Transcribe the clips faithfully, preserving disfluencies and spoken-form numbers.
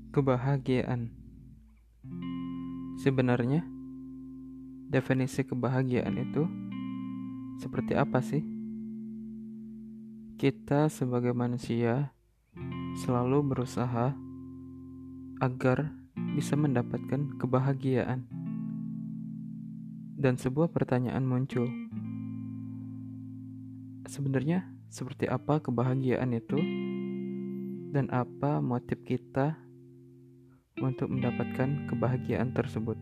Kebahagiaan. Sebenarnya, definisi kebahagiaan itu seperti apa sih? Kita sebagai manusia selalu berusaha agar bisa mendapatkan kebahagiaan. Dan sebuah pertanyaan muncul. Sebenarnya, seperti apa kebahagiaan itu? Dan apa motif kita untuk mendapatkan kebahagiaan tersebut?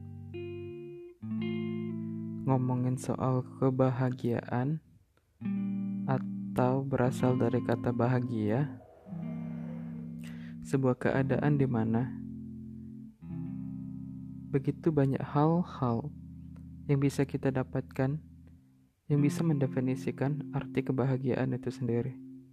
Ngomongin soal kebahagiaan atau berasal dari kata bahagia, sebuah keadaan di mana begitu banyak hal-hal yang bisa kita dapatkan yang bisa mendefinisikan arti kebahagiaan itu sendiri.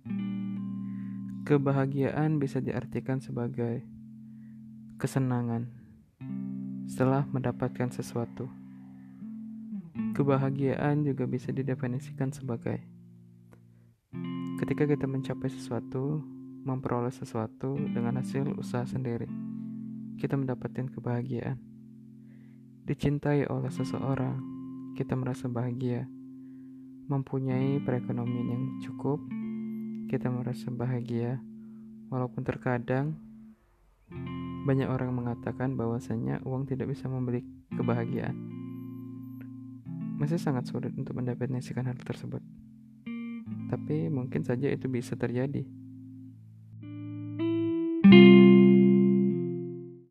Kebahagiaan bisa diartikan sebagai kesenangan setelah mendapatkan sesuatu. Kebahagiaan juga bisa didefinisikan sebagai ketika kita mencapai sesuatu, memperoleh sesuatu dengan hasil usaha sendiri, kita mendapatkan kebahagiaan. Dicintai oleh seseorang, kita merasa bahagia. Mempunyai perekonomian yang cukup, kita merasa bahagia. Walaupun terkadang banyak orang mengatakan bahwasanya uang tidak bisa membeli kebahagiaan. Masih sangat sulit untuk mendefinisikan hal tersebut. Tapi mungkin saja itu bisa terjadi.